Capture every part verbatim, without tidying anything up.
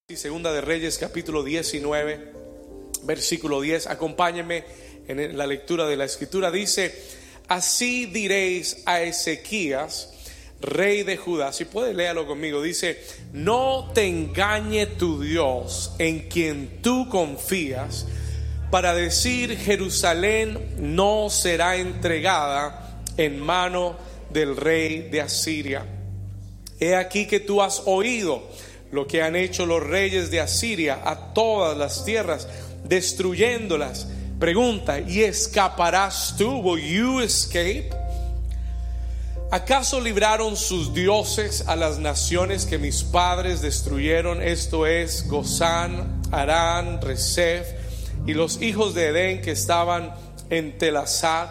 Segunda de Reyes, capítulo diecinueve, versículo diez. Acompáñenme en la lectura de la escritura. Dice: así diréis a Ezequías, rey de Judá. Si puede, léalo conmigo. Dice: no te engañe tu Dios, en quien tú confías, para decir: Jerusalén no será entregada en mano del rey de Asiria. He aquí que tú has oído lo que han hecho los reyes de Asiria a todas las tierras, destruyéndolas. Pregunta: ¿y escaparás tú? ¿Will you escape? ¿Acaso libraron sus dioses a las naciones que mis padres destruyeron? Esto es Gozán, Harán, Resef y los hijos de Edén que estaban en Telasar.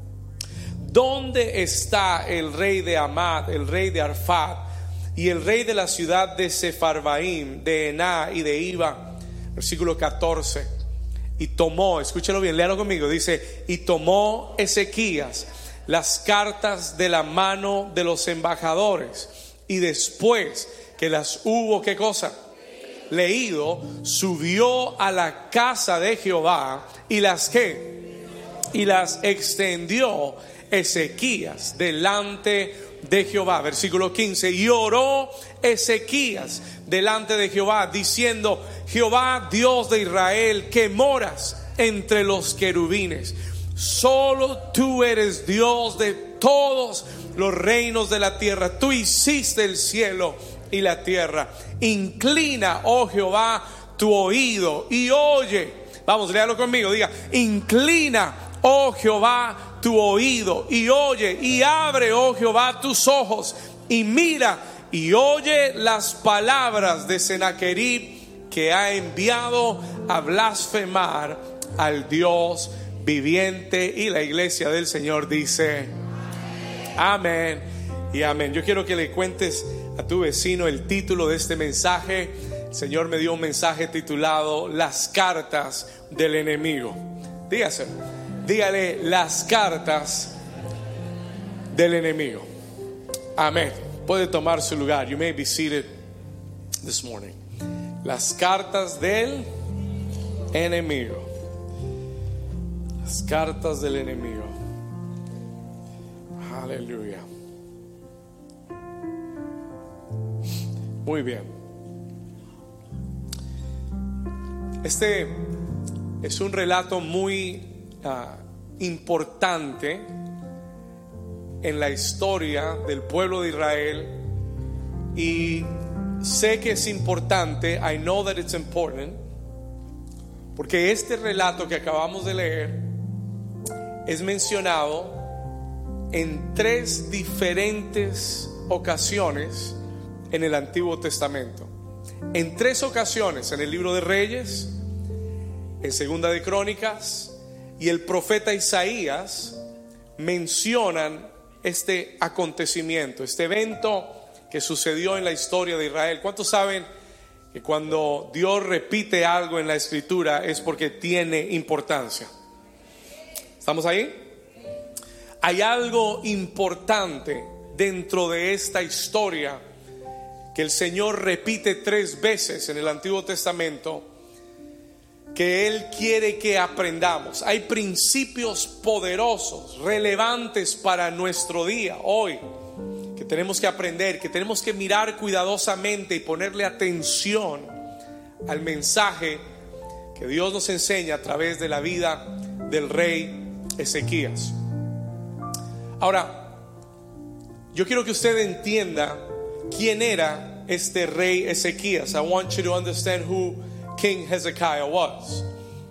¿Dónde está el rey de Amad, el rey de Arfad y el rey de la ciudad de Sefarvaim, de Ená y de Iba? Versículo catorce. Y tomó, escúchelo bien, léalo conmigo. Dice: y tomó Ezequías las cartas de la mano de los embajadores, y después que las hubo, ¿qué cosa? Leído, subió a la casa de Jehová y las que y las extendió Ezequías delante de Jehová. Versículo quince. Y oró Ezequías delante de Jehová, diciendo: Jehová, Dios de Israel, que moras entre los querubines, solo tú eres Dios de todos los reinos de la tierra. Tú hiciste el cielo y la tierra. Inclina, oh Jehová, tu oído y oye. Vamos, léalo conmigo. Diga: inclina, oh Jehová, tu oído y oye, y abre, oh Jehová, tus ojos y mira y oye las palabras de Sennacherib, que ha enviado a blasfemar al Dios viviente. Y la iglesia del Señor dice amén y amén. Yo quiero que le cuentes a tu vecino el título de este mensaje. El Señor me dio un mensaje titulado Las cartas del enemigo. Dígaselo. Dígale: las cartas del enemigo. Amén. Puede tomar su lugar. You may be seated this morning. Las cartas del enemigo. Las cartas del enemigo. Aleluya. Muy bien. Este es un relato muy Uh, importante en la historia del pueblo de Israel, y sé que es importante. I know that it's important, porque este relato que acabamos de leer es mencionado en tres diferentes ocasiones en el Antiguo Testamento. En tres ocasiones: en el libro de Reyes, en Segunda de Crónicas y el profeta Isaías mencionan este acontecimiento, este evento que sucedió en la historia de Israel. ¿Cuántos saben que cuando Dios repite algo en la escritura es porque tiene importancia? ¿Estamos ahí? Hay algo importante dentro de esta historia que el Señor repite tres veces en el Antiguo Testamento, que Él quiere que aprendamos. Hay principios poderosos, relevantes para nuestro día hoy, que tenemos que aprender, que tenemos que mirar cuidadosamente y ponerle atención al mensaje que Dios nos enseña a través de la vida del rey Ezequías. Ahora, yo quiero que usted entienda quién era este rey Ezequías. I want you to understand who King Hezekiah was.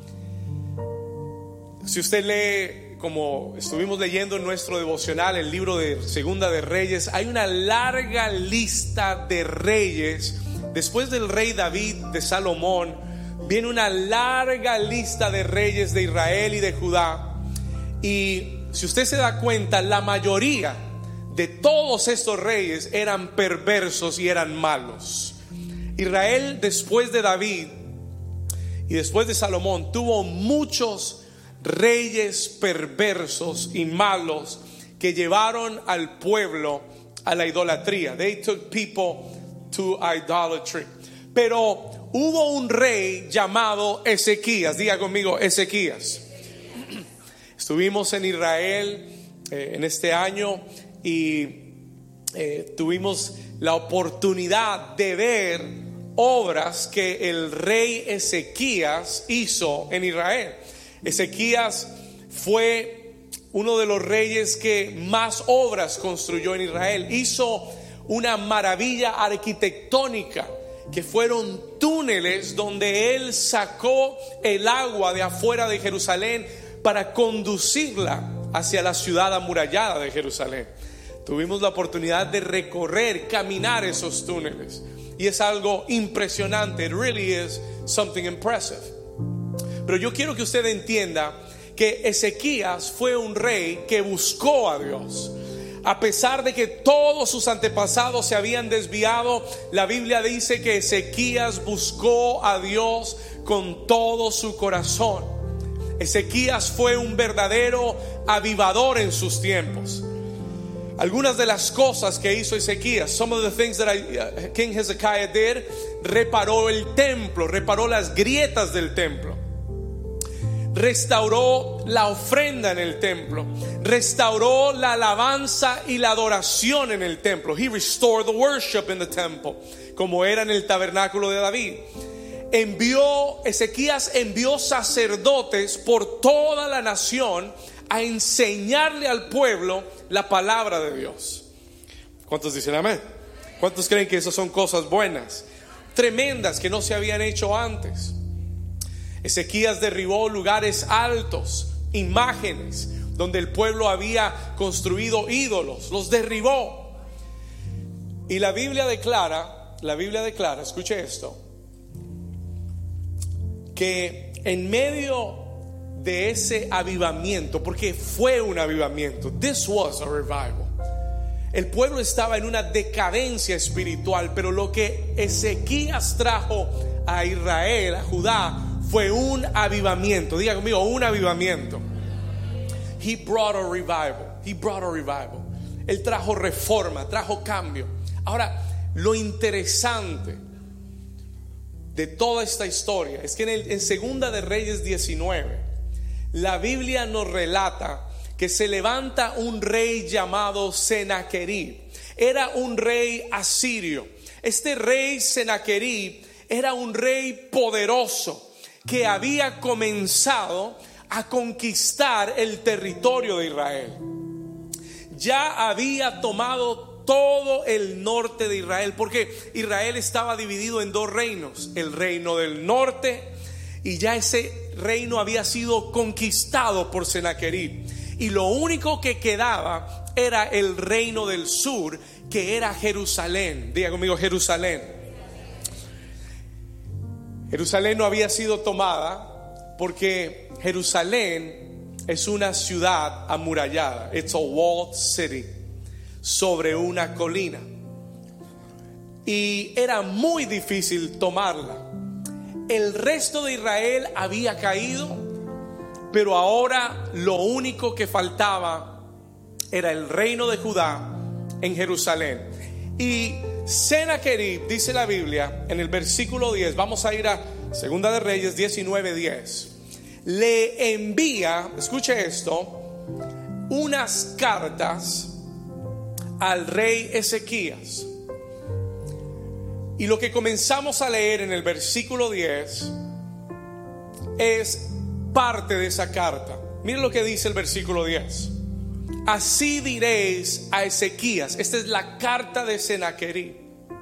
Si usted lee, como estuvimos leyendo en nuestro devocional, el libro de Segunda de Reyes, hay una larga lista de reyes. Después del rey David, de Salomón, viene una larga lista de reyes de Israel y de Judá. Y si usted se da cuenta, la mayoría de todos estos reyes eran perversos y eran malos. Israel, después de David y después de Salomón, tuvo muchos reyes perversos y malos que llevaron al pueblo a la idolatría. They took people to idolatry. Pero hubo un rey llamado Ezequías. Diga conmigo, Ezequías. Estuvimos en Israel eh, en este año y eh, tuvimos la oportunidad de ver obras que el rey Ezequías hizo en Israel. Ezequías fue uno de los reyes que más obras construyó en Israel. Hizo una maravilla arquitectónica, que fueron túneles donde él sacó el agua de afuera de Jerusalén para conducirla hacia la ciudad amurallada de Jerusalén. Tuvimos la oportunidad de recorrer, caminar esos túneles, y es algo impresionante. It really is something impressive. Pero yo quiero que usted entienda que Ezequías fue un rey que buscó a Dios. A pesar de que todos sus antepasados se habían desviado, la Biblia dice que Ezequías buscó a Dios con todo su corazón. Ezequías fue un verdadero avivador en sus tiempos. Algunas de las cosas que hizo Ezequías, some of the things that I, uh, King Hezekiah did, reparó el templo, reparó las grietas del templo, restauró la ofrenda en el templo, restauró la alabanza y la adoración en el templo. He restored the worship in the temple, como era en el tabernáculo de David. Envió, Ezequías envió sacerdotes por toda la nación a enseñarle al pueblo la palabra de Dios. ¿Cuántos dicen amén? ¿Cuántos creen que esas son cosas buenas, tremendas, que no se habían hecho antes? Ezequías derribó lugares altos, imágenes donde el pueblo había construido ídolos, los derribó. Y la Biblia declara, la Biblia declara, escuche esto, que en medio de ese avivamiento, porque fue un avivamiento, this was a revival, el pueblo estaba en una decadencia espiritual, pero lo que Ezequías trajo a Israel, a Judá, fue un avivamiento. Diga conmigo, un avivamiento. He brought a revival. He brought a revival. Él trajo reforma, trajo cambio. Ahora, lo interesante de toda esta historia es que en, el, en Segunda de Reyes diecinueve, la Biblia nos relata que se levanta un rey llamado Senaquerib. Era un rey asirio. Este rey Senaquerib era un rey poderoso que había comenzado a conquistar el territorio de Israel. Ya había tomado todo el norte de Israel, porque Israel estaba dividido en dos reinos, el reino del norte, y ya ese reino había sido conquistado por Senaquerib, y lo único que quedaba era el reino del sur, que era Jerusalén. Diga conmigo, Jerusalén. Jerusalén no había sido tomada porque Jerusalén es una ciudad amurallada. It's a walled city sobre una colina, y era muy difícil tomarla. El resto de Israel había caído, pero ahora lo único que faltaba era el reino de Judá en Jerusalén. Y Senaquerib, dice la Biblia en el versículo diez, vamos a ir a Segunda de Reyes diecinueve diez, le envía, escuche esto, unas cartas al rey Ezequías. Y lo que comenzamos a leer en el versículo diez es parte de esa carta. Miren lo que dice el versículo diez. Así diréis a Ezequías. Esta es la carta de Senaquerib.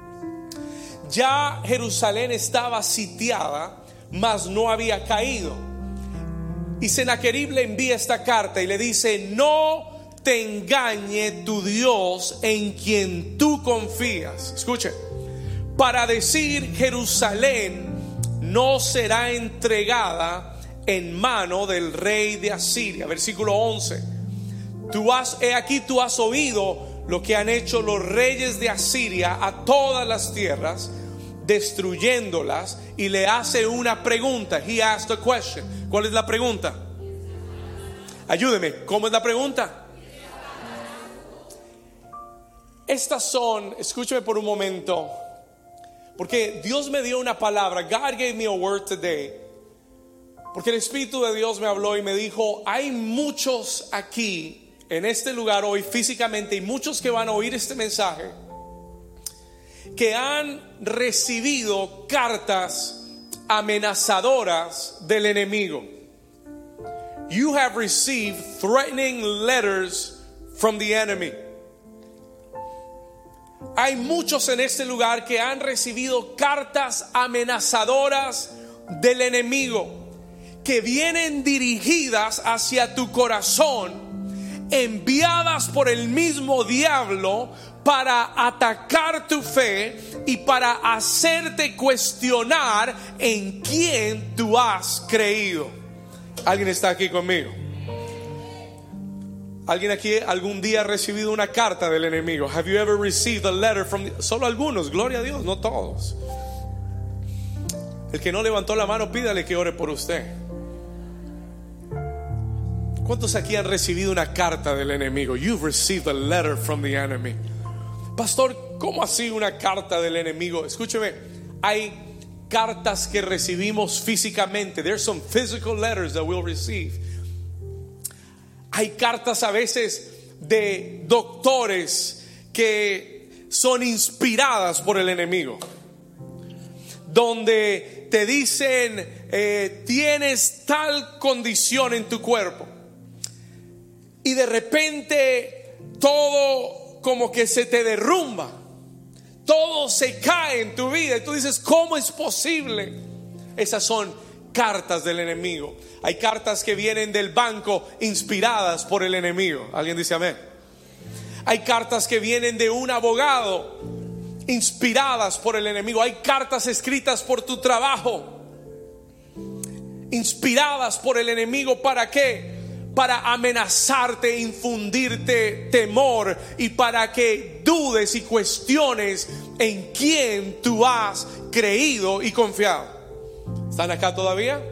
Ya Jerusalén estaba sitiada, mas no había caído. Y Senaquerib le envía esta carta y le dice: no te engañe tu Dios en quien tú confías. Escuche, para decir Jerusalén no será entregada en mano del rey de Asiria. Versículo once. Tú has, he aquí tú has oído lo que han hecho los reyes de Asiria a todas las tierras, destruyéndolas. Y le hace una pregunta. He asked a question. ¿Cuál es la pregunta? Ayúdeme. ¿Cómo es la pregunta? Estas son, escúcheme por un momento, Porque Dios me dio una palabra. God gave me a word today. Porque el Espíritu de Dios me habló y me dijo: hay muchos aquí en este lugar hoy físicamente, y muchos que van a oír este mensaje, que han recibido cartas amenazadoras del enemigo. You have received threatening letters from the enemy. Hay muchos en este lugar que han recibido cartas amenazadoras del enemigo, que vienen dirigidas hacia tu corazón, enviadas por el mismo diablo para atacar tu fe y para hacerte cuestionar en quién tú has creído. ¿Alguien está aquí conmigo? ¿Alguien aquí algún día ha recibido una carta del enemigo? Have you ever received a letter from the... Solo algunos, gloria a Dios, no todos. El que no levantó la mano, pídale que ore por usted. ¿Cuántos aquí han recibido una carta del enemigo? You've received a letter from the enemy. Pastor, ¿cómo así una carta del enemigo? Escúcheme, hay cartas que recibimos físicamente. There's some physical letters that we'll receive. Hay cartas a veces de doctores que son inspiradas por el enemigo, donde te dicen eh, tienes tal condición en tu cuerpo, y de repente todo como que se te derrumba, todo se cae en tu vida y tú dices: ¿cómo es posible? Esas son cartas del enemigo. Hay cartas que vienen del banco inspiradas por el enemigo. ¿Alguien dice amén? Hay cartas que vienen de un abogado inspiradas por el enemigo. Hay cartas escritas por tu trabajo inspiradas por el enemigo. ¿Para qué? Para amenazarte, infundirte temor y para que dudes y cuestiones en quién tú has creído y confiado. ¿Están acá todavía?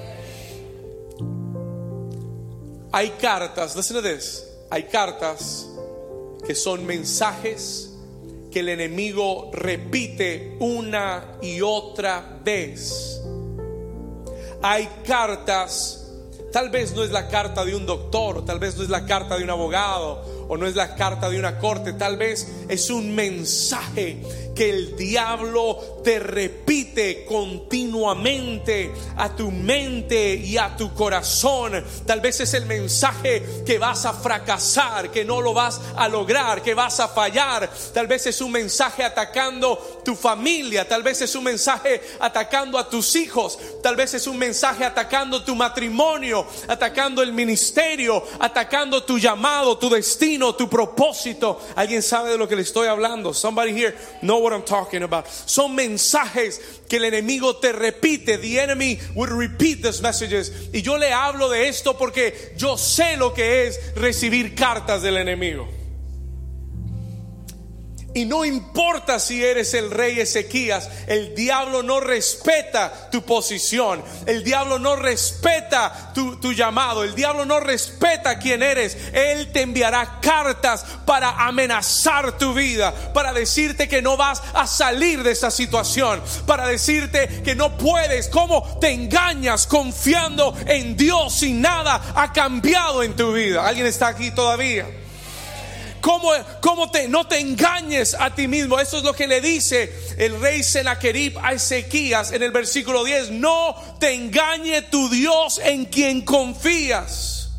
Hay cartas, listen to this. Hay cartas que son mensajes que el enemigo repite una y otra vez. Hay cartas, tal vez no es la carta de un doctor, tal vez no es la carta de un abogado, o no es la carta de una corte, tal vez es un mensaje que el diablo te repite continuamente a tu mente y a tu corazón. Tal vez es el mensaje que vas a fracasar, que no lo vas a lograr, que vas a fallar. Tal vez es un mensaje atacando tu familia, tal vez es un mensaje atacando a tus hijos, tal vez es un mensaje atacando tu matrimonio, atacando el ministerio, atacando tu llamado, tu destino, tu propósito. ¿Alguien sabe de lo que le estoy hablando? Somebody here know what I'm talking about. Son mensajes que el enemigo te repite. The enemy would repeat these messages. Y yo le hablo de esto porque yo sé lo que es recibir cartas del enemigo. Y no importa si eres el rey Ezequías, el diablo no respeta tu posición, el diablo no respeta tu, tu llamado, el diablo no respeta quién eres. Él te enviará cartas para amenazar tu vida, para decirte que no vas a salir de esa situación, para decirte que no puedes. ¿Cómo te engañas confiando en Dios si nada ha cambiado en tu vida? ¿Alguien está aquí todavía? ¿Cómo, cómo te, no te engañes a ti mismo? Eso es lo que le dice el rey Sennacherib a Ezequías en el versículo diez. No te engañe tu Dios en quien confías.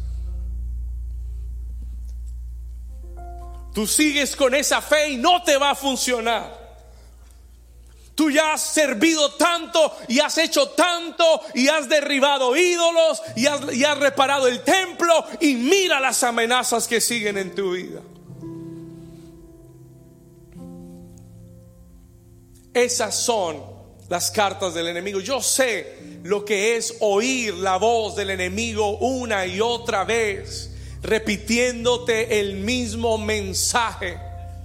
Tú sigues con esa fe y no te va a funcionar. Tú ya has servido tanto y has hecho tanto y has derribado ídolos y has, y has reparado el templo, y mira las amenazas que siguen en tu vida. Esas son las cartas del enemigo. Yo sé lo que es oír la voz del enemigo una y otra vez, repitiéndote el mismo mensaje.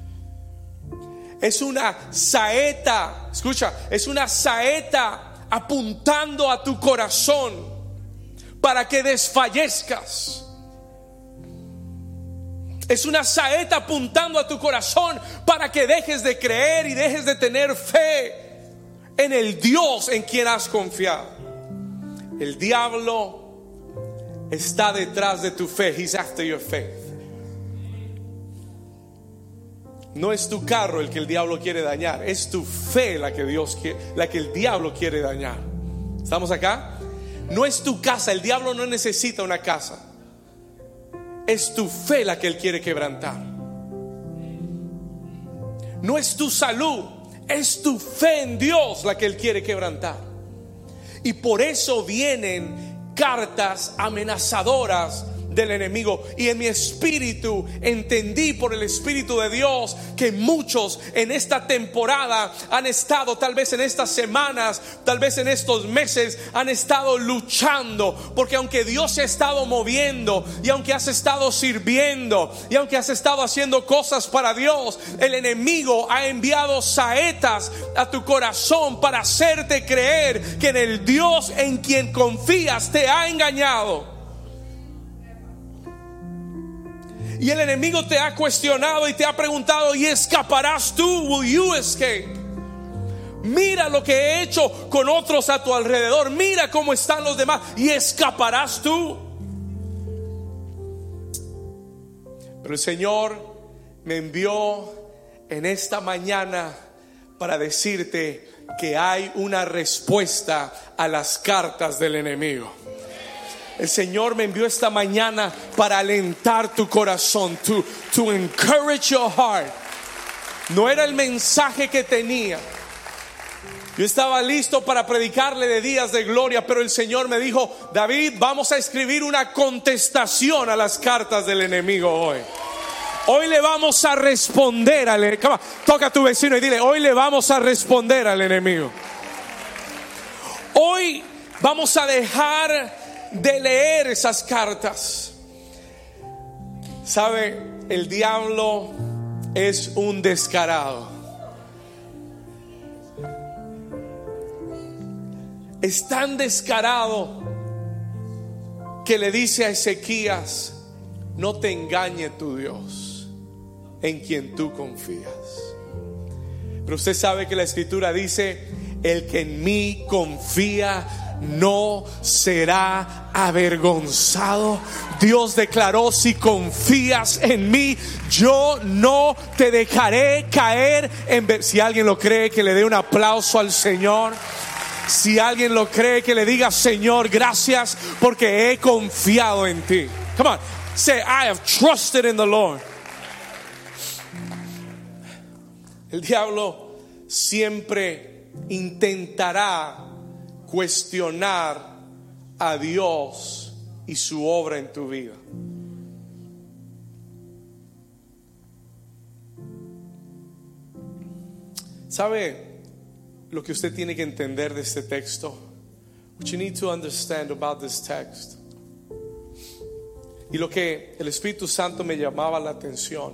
Es una saeta, escucha, es una saeta apuntando a tu corazón para que desfallezcas. Es una saeta apuntando a tu corazón para que dejes de creer y dejes de tener fe. en el Dios en quien has confiado. El diablo está detrás de tu fe. He's after your faith. No es tu carro el que el diablo quiere dañar, es tu fe la que Dios quiere, la que el diablo quiere dañar. ¿Estamos acá? No es tu casa, el diablo no necesita una casa. Es tu fe la que él quiere quebrantar. No es tu salud, es tu fe en Dios la que él quiere quebrantar. Y por eso vienen cartas amenazadoras del enemigo. Y en mi espíritu entendí por el Espíritu de Dios que muchos en esta temporada han estado, tal vez en estas semanas, tal vez en estos meses, han estado luchando, porque aunque Dios se ha estado moviendo, y aunque has estado sirviendo, y aunque has estado haciendo cosas para Dios, el enemigo ha enviado saetas a tu corazón para hacerte creer que en el Dios en quien confías te ha engañado. Y el enemigo te ha cuestionado y te ha preguntado: ¿y escaparás tú? Will you escape? Mira lo que he hecho con otros a tu alrededor. Mira cómo están los demás. ¿Y escaparás tú? Pero el Señor me envió en esta mañana para decirte que hay una respuesta a las cartas del enemigo. El Señor me envió esta mañana para alentar tu corazón, to, to encourage your heart. No era el mensaje que tenía. Yo estaba listo para predicarle de días de gloria, pero el Señor me dijo: David, vamos a escribir una contestación a las cartas del enemigo hoy. Hoy le vamos a responder al enemigo. Toca a tu vecino y dile: hoy le vamos a responder al enemigo. Hoy vamos a dejar de leer esas cartas. ¿Sabe? El diablo es un descarado. Es tan descarado que le dice a Ezequías: no te engañe tu Dios en quien tú confías. Pero usted sabe que la Escritura dice: el que en mí confía no será avergonzado. Dios declaró: si confías en mí, yo no te dejaré caer en ver- Si alguien lo cree, que le dé un aplauso al Señor. Si alguien lo cree, que le diga: Señor, gracias porque he confiado en ti. Come on, say: I have trusted in the Lord. El diablo siempre intentará cuestionar a Dios y su obra en tu vida. ¿Sabe lo que usted tiene que entender de este texto? What you need to understand about this text. Y lo que el Espíritu Santo me llamaba la atención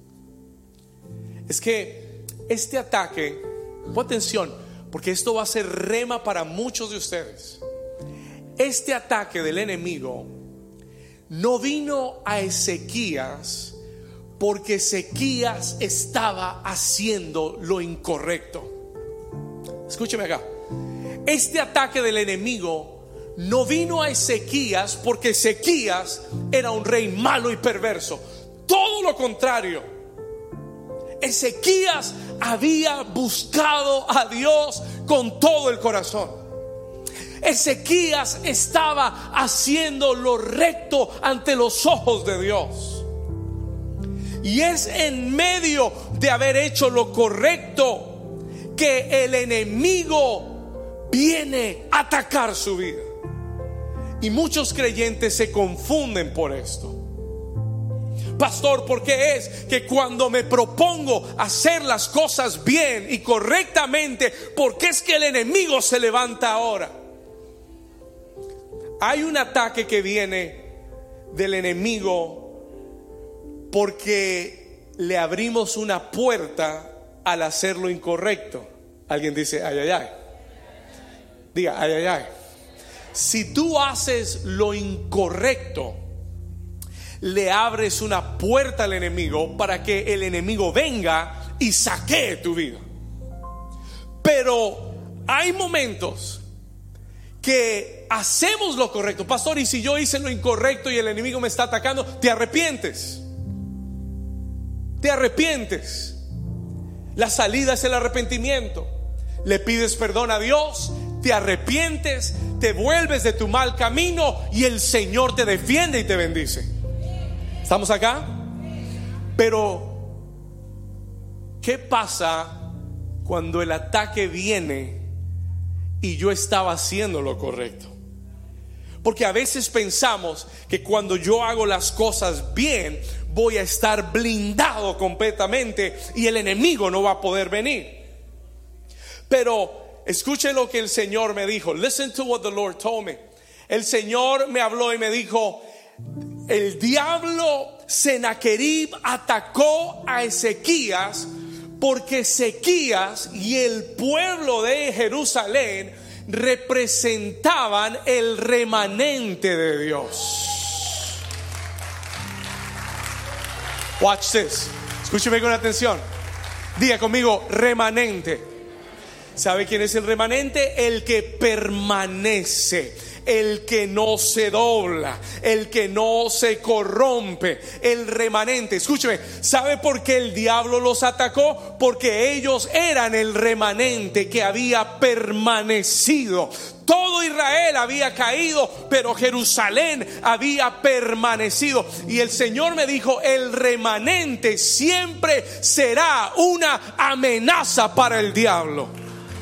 es que este ataque, pon atención, porque esto va a ser rema para muchos de ustedes. Este ataque del enemigo no vino a Ezequías porque Ezequías estaba haciendo lo incorrecto. Escúcheme acá. Este ataque del enemigo no vino a Ezequías porque Ezequías era un rey malo y perverso. Todo lo contrario. Ezequías había buscado a Dios con todo el corazón. Ezequías estaba haciendo lo recto ante los ojos de Dios. Y es en medio de haber hecho lo correcto que el enemigo viene a atacar su vida. Y muchos creyentes se confunden por esto. Pastor, ¿por qué es que cuando me propongo hacer las cosas bien y correctamente, por qué es que el enemigo se levanta ahora? Hay un ataque que viene del enemigo porque le abrimos una puerta al hacer lo incorrecto. Alguien dice: ay, ay, ay. Diga: ay, ay, ay. Si tú haces lo incorrecto, le abres una puerta al enemigo para que el enemigo venga y saquee tu vida. Pero hay momentos que hacemos lo correcto. Pastor, y si yo hice lo incorrecto y el enemigo me está atacando, te arrepientes. Te arrepientes. La salida es el arrepentimiento. Le pides perdón a Dios, te arrepientes, te vuelves de tu mal camino y el Señor te defiende y te bendice. ¿Estamos acá? Pero ¿qué pasa cuando el ataque viene y yo estaba haciendo lo correcto? Porque a veces pensamos que cuando yo hago las cosas bien, voy a estar blindado completamente y el enemigo no va a poder venir. Pero escuche lo que el Señor me dijo. Listen to what the Lord told me. El Señor me habló y me dijo: el diablo Sennacherib atacó a Ezequías porque Ezequías y el pueblo de Jerusalén representaban el remanente de Dios. Watch this. Escúcheme con atención. Diga conmigo: remanente. ¿Sabe quién es el remanente? El que permanece, el que no se dobla, el que no se corrompe, el remanente. Escúcheme, ¿sabe por qué el diablo los atacó? Porque ellos eran el remanente que había permanecido. Todo Israel había caído, pero Jerusalén había permanecido. Y el Señor me dijo: el remanente siempre será una amenaza para el diablo.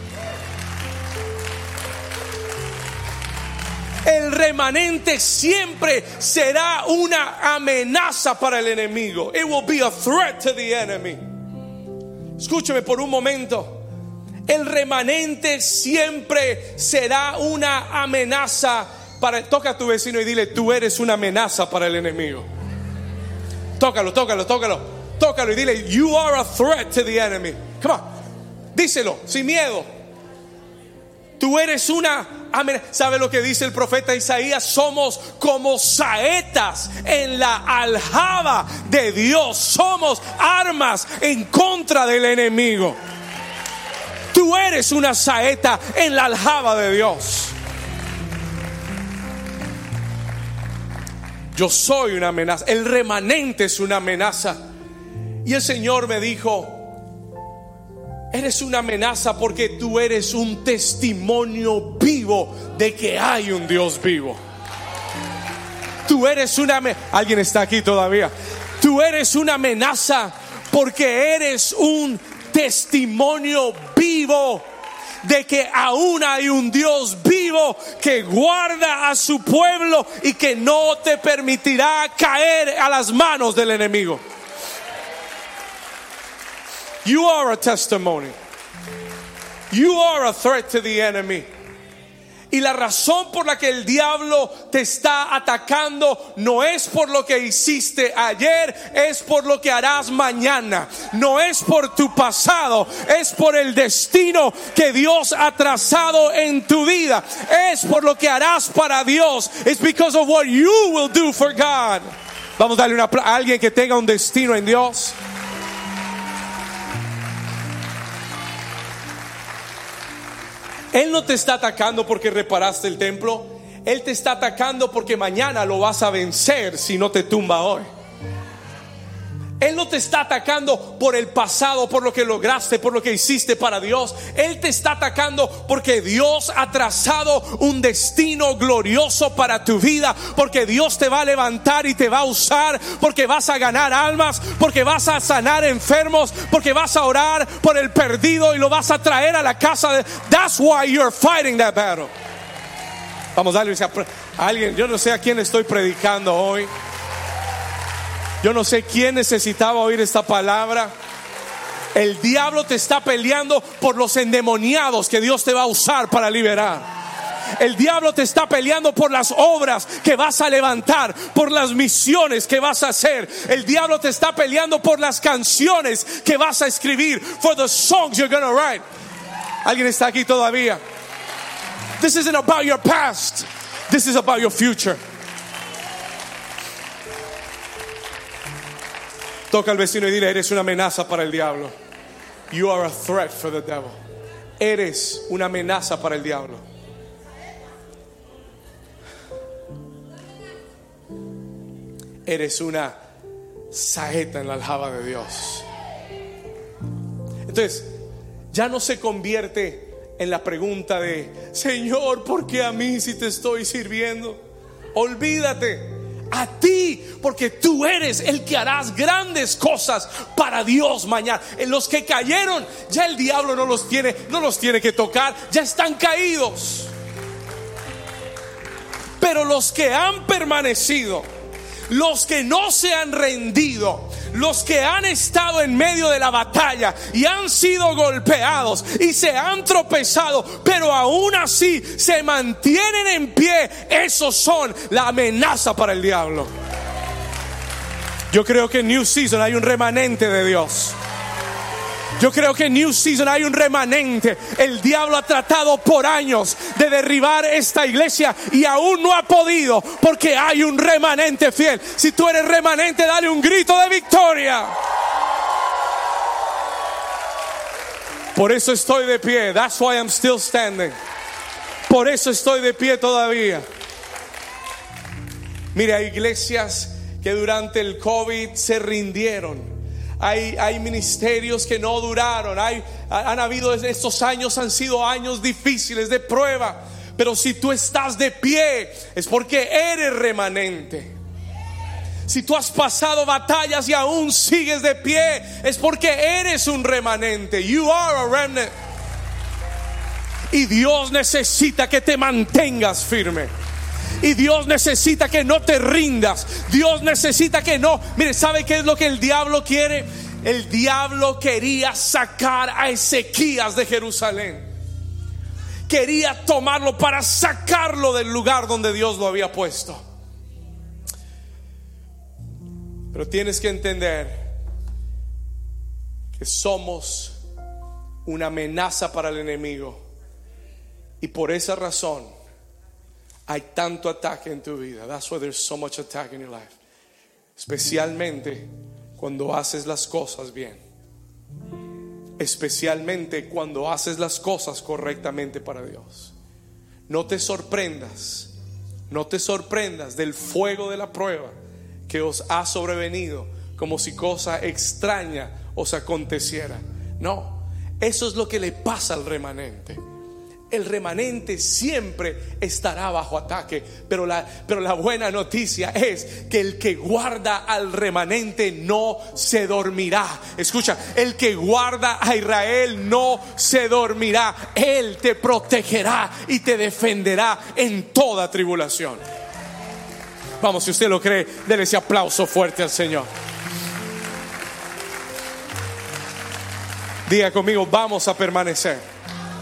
El remanente siempre será una amenaza para el enemigo. It will be a threat to the enemy. Escúcheme por un momento. El remanente siempre será una amenaza para... Toca a tu vecino y dile: tú eres una amenaza para el enemigo. Tócalo, tócalo, tócalo. Tócalo y dile: you are a threat to the enemy. Come on. Díselo sin miedo. Tú eres una... ¿Sabe lo que dice el profeta Isaías? Somos como saetas en la aljaba de Dios. Somos armas en contra del enemigo. Tú eres una saeta en la aljaba de Dios. Yo soy una amenaza. El remanente es una amenaza. Y el Señor me dijo: eres una amenaza porque tú eres un testimonio vivo de que hay un Dios vivo. Tú eres una amenaza. ¿Alguien está aquí todavía? Tú eres una amenaza porque eres un testimonio vivo de que aún hay un Dios vivo que guarda a su pueblo y que no te permitirá caer a las manos del enemigo. You are a testimony. You are a threat to the enemy. Y la razón por la que el diablo te está atacando no es por lo que hiciste ayer, es por lo que harás mañana. No es por tu pasado, es por el destino que Dios ha trazado en tu vida. Es por lo que harás para Dios. It's because of what you will do for God. Vamos a darle una a alguien que tenga un destino en Dios. Él no te está atacando porque reparaste el templo. Él te está atacando porque mañana lo vas a vencer si no te tumba hoy. Él no te está atacando por el pasado, por lo que lograste, por lo que hiciste para Dios. Él te está atacando porque Dios ha trazado un destino glorioso para tu vida. Porque Dios te va a levantar y te va a usar. Porque vas a ganar almas. Porque vas a sanar enfermos. Porque vas a orar por el perdido y lo vas a traer a la casa de... That's why you're fighting that battle. Vamos a darle a alguien. Yo no sé a quién estoy predicando hoy. Yo no sé quién necesitaba oír esta palabra. El diablo te está peleando por los endemoniados que Dios te va a usar para liberar. El diablo te está peleando por las obras que vas a levantar, por las misiones que vas a hacer. El diablo te está peleando por las canciones que vas a escribir. For the songs you're gonna write. ¿Alguien está aquí todavía? This isn't about your past. This is about your future. Toca al vecino y dile: eres una amenaza para el diablo. You are a threat for the devil. eres una amenaza para el diablo. Eres una saeta en la aljaba de Dios. Entonces, ya no se convierte en la pregunta de: Señor, ¿por qué a mí si te estoy sirviendo? Olvídate. A ti, porque tú eres el que harás grandes cosas para Dios mañana. En los que cayeron, ya el diablo no los tiene, no los tiene que tocar, ya están caídos. Pero los que han permanecido, los que no se han rendido, los que han estado en medio de la batalla y han sido golpeados y se han tropezado, pero aún así se mantienen en pie, esos son la amenaza para el diablo. Yo creo que en New Season hay un remanente de Dios. Yo creo que en New Season hay un remanente. El diablo ha tratado por años de derribar esta iglesia y aún no ha podido, porque hay un remanente fiel. Si tú eres remanente, dale un grito de victoria. Por eso estoy de pie. That's why I'm still standing. Por eso estoy de pie todavía. Mire, hay iglesias que durante el COVID se rindieron. Hay, hay ministerios que no duraron. Hay, han habido, estos años han sido años difíciles de prueba. Pero si tú estás de pie, es porque eres remanente. Si tú has pasado batallas y aún sigues de pie, es porque eres un remanente. You are a remnant. Y Dios necesita que te mantengas firme. Y Dios necesita que no te rindas. Dios necesita que no. Mire, ¿sabe qué es lo que el diablo quiere? El diablo quería sacar a Ezequías de Jerusalén. Quería tomarlo para sacarlo del lugar donde Dios lo había puesto. Pero tienes que entender que somos una amenaza para el enemigo. Y por esa razón hay tanto ataque en tu vida. That's why there's so much attack in your life. Especialmente cuando haces las cosas bien. Especialmente cuando haces las cosas correctamente para Dios. No te sorprendas. No te sorprendas del fuego de la prueba que os ha sobrevenido como si cosa extraña os aconteciera. No, eso es lo que le pasa al remanente. El remanente siempre estará bajo ataque, pero la, pero la buena noticia es que el que guarda al remanente no se dormirá. Escucha, el que guarda a Israel no se dormirá. Él te protegerá y te defenderá en toda tribulación. Vamos, si usted lo cree, déle ese aplauso fuerte al Señor. Diga conmigo: vamos a permanecer.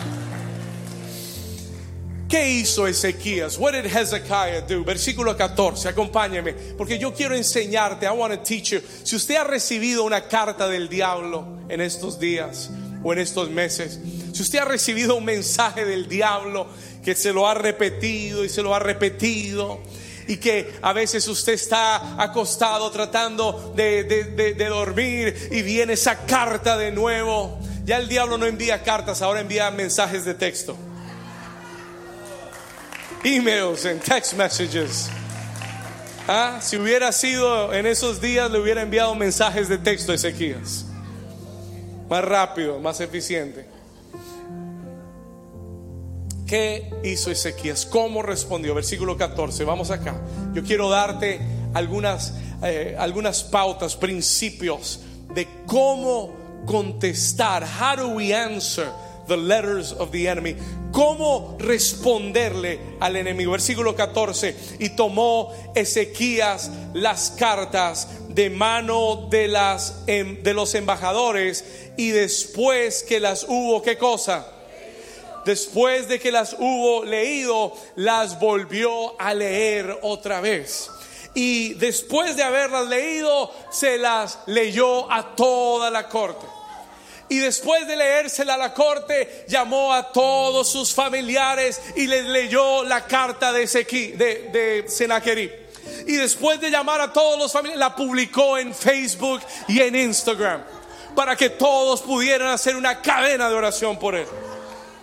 ¿Qué hizo Ezequías? What did Hezekiah do? Versículo catorce, acompáñeme, porque yo quiero enseñarte. I want to teach you. Si usted ha recibido una carta del diablo en estos días o en estos meses, si usted ha recibido un mensaje del diablo que se lo ha repetido y se lo ha repetido, y que a veces usted está acostado tratando de, de, de, de dormir y viene esa carta de nuevo. Ya el diablo no envía cartas, ahora envía mensajes de texto, emails and text messages. ¿Ah? Si hubiera sido en esos días, le hubiera enviado mensajes de texto a Ezequías. Más rápido, más eficiente. ¿Qué hizo Ezequías? ¿Cómo respondió? Versículo catorce, vamos acá. Yo quiero darte algunas, eh, algunas pautas, principios de cómo contestar. How do we answer the letters of the enemy? ¿Cómo responderle al enemigo? Versículo catorce. Y tomó Ezequías las cartas de mano de, las, de los embajadores, y después que las hubo, ¿qué cosa? Después de que las hubo leído, las volvió a leer otra vez. Y después de haberlas leído, se las leyó a toda la corte. Y después de leérsela a la corte, llamó a todos sus familiares y les leyó la carta de, Ezequí, de, de Sennacherib. Y después de llamar a todos los familiares, la publicó en Facebook y en Instagram, para que todos pudieran hacer una cadena de oración por él.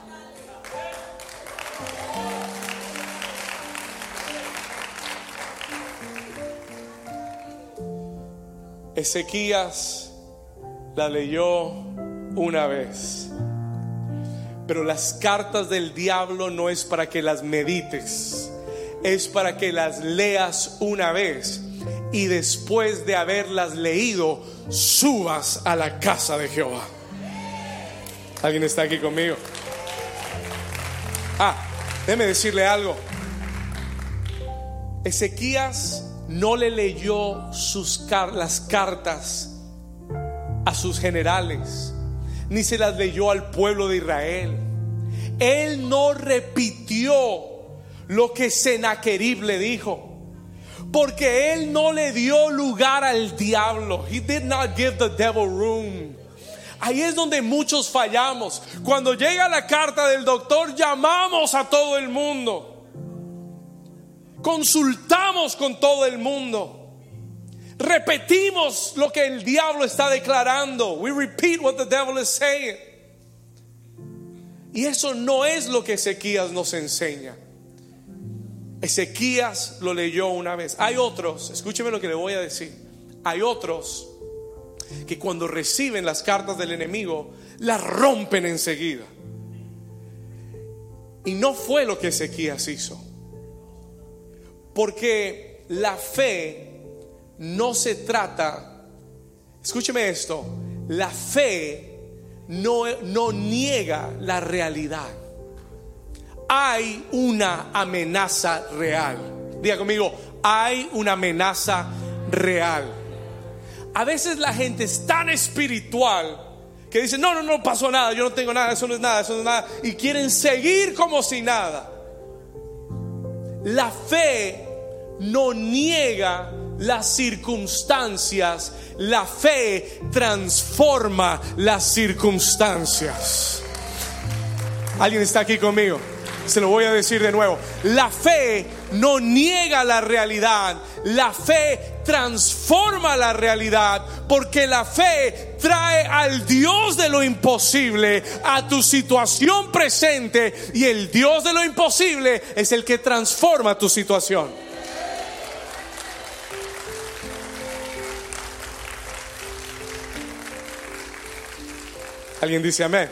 Ezequías la leyó una vez, pero las cartas del diablo no es para que las medites, es para que las leas una vez y después de haberlas leído subas a la casa de Jehová. ¿Alguien está aquí conmigo? Ah, déjeme decirle algo. Ezequías no le leyó sus car- las cartas a sus generales, ni se las leyó al pueblo de Israel. Él no repitió lo que Sennacherib le dijo, porque él no le dio lugar al diablo. He did not give the devil room. Ahí es donde muchos fallamos. Cuando llega la carta del doctor, llamamos a todo el mundo, consultamos con todo el mundo, repetimos lo que el diablo está declarando. We repeat what the devil is saying. Y eso no es lo que Ezequías nos enseña. Ezequías lo leyó una vez. Hay otros, escúcheme lo que le voy a decir. Hay otros que cuando reciben las cartas del enemigo las rompen enseguida. Y no fue lo que Ezequías hizo, porque la fe no se trata, escúcheme esto, la fe no, no niega la realidad. Hay una amenaza real. Diga conmigo, hay una amenaza real. A veces la gente es tan espiritual que dice: no, no, no pasó nada, yo no tengo nada, eso no es nada, eso no es nada, y quieren seguir como si nada. La fe no niega las circunstancias, la fe transforma las circunstancias. ¿Alguien está aquí conmigo? Se lo voy a decir de nuevo. La fe no niega la realidad, la fe transforma la realidad, porque la fe trae al Dios de lo imposible a tu situación presente, y el Dios de lo imposible es el que transforma tu situación. ¿Alguien dice amén?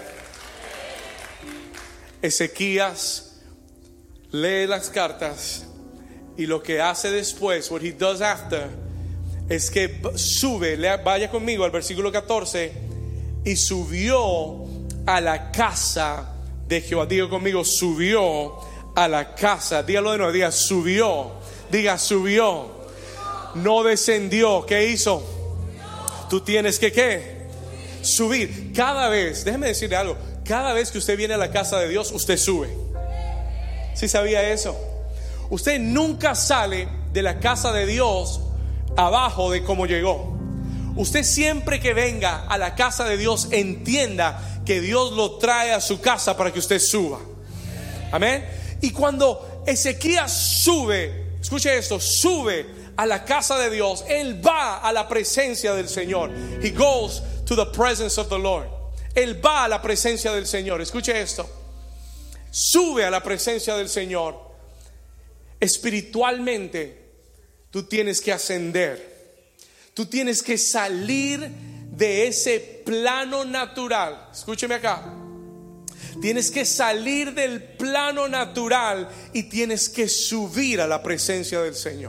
Ezequías lee las cartas, y lo que hace después, what he does after, es que sube, lea, vaya conmigo al versículo catorce, y subió a la casa de Jehová. Diga conmigo, subió a la casa. Dígalo de nuevo, diga subió, diga subió, no descendió. ¿Qué hizo? Tú tienes que ¿qué? Subir. Cada vez, déjeme decirle algo, cada vez que usted viene a la casa de Dios, usted sube. ¿Sí sabía eso? Usted nunca sale de la casa de Dios abajo de cómo llegó. Usted siempre que venga a la casa de Dios, entienda que Dios lo trae a su casa para que usted suba. Amén. Y cuando Ezequías sube, escuche esto, sube a la casa de Dios, él va a la presencia del Señor. He goes to the presence of the Lord. Él va a la presencia del Señor. Escuche esto. Sube a la presencia del Señor. Espiritualmente, tú tienes que ascender. Tú tienes que salir de ese plano natural. Escúcheme acá. Tienes que salir del plano natural y tienes que subir a la presencia del Señor.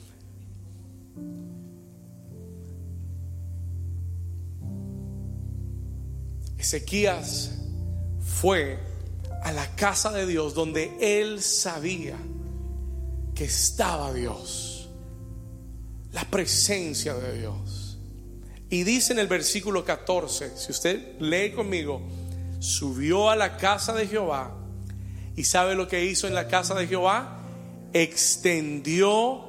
Ezequías fue a la casa de Dios, donde él sabía que estaba Dios, la presencia de Dios. Y dice en el versículo catorce, si usted lee conmigo, subió a la casa de Jehová. ¿Y sabe lo que hizo en la casa de Jehová? Extendió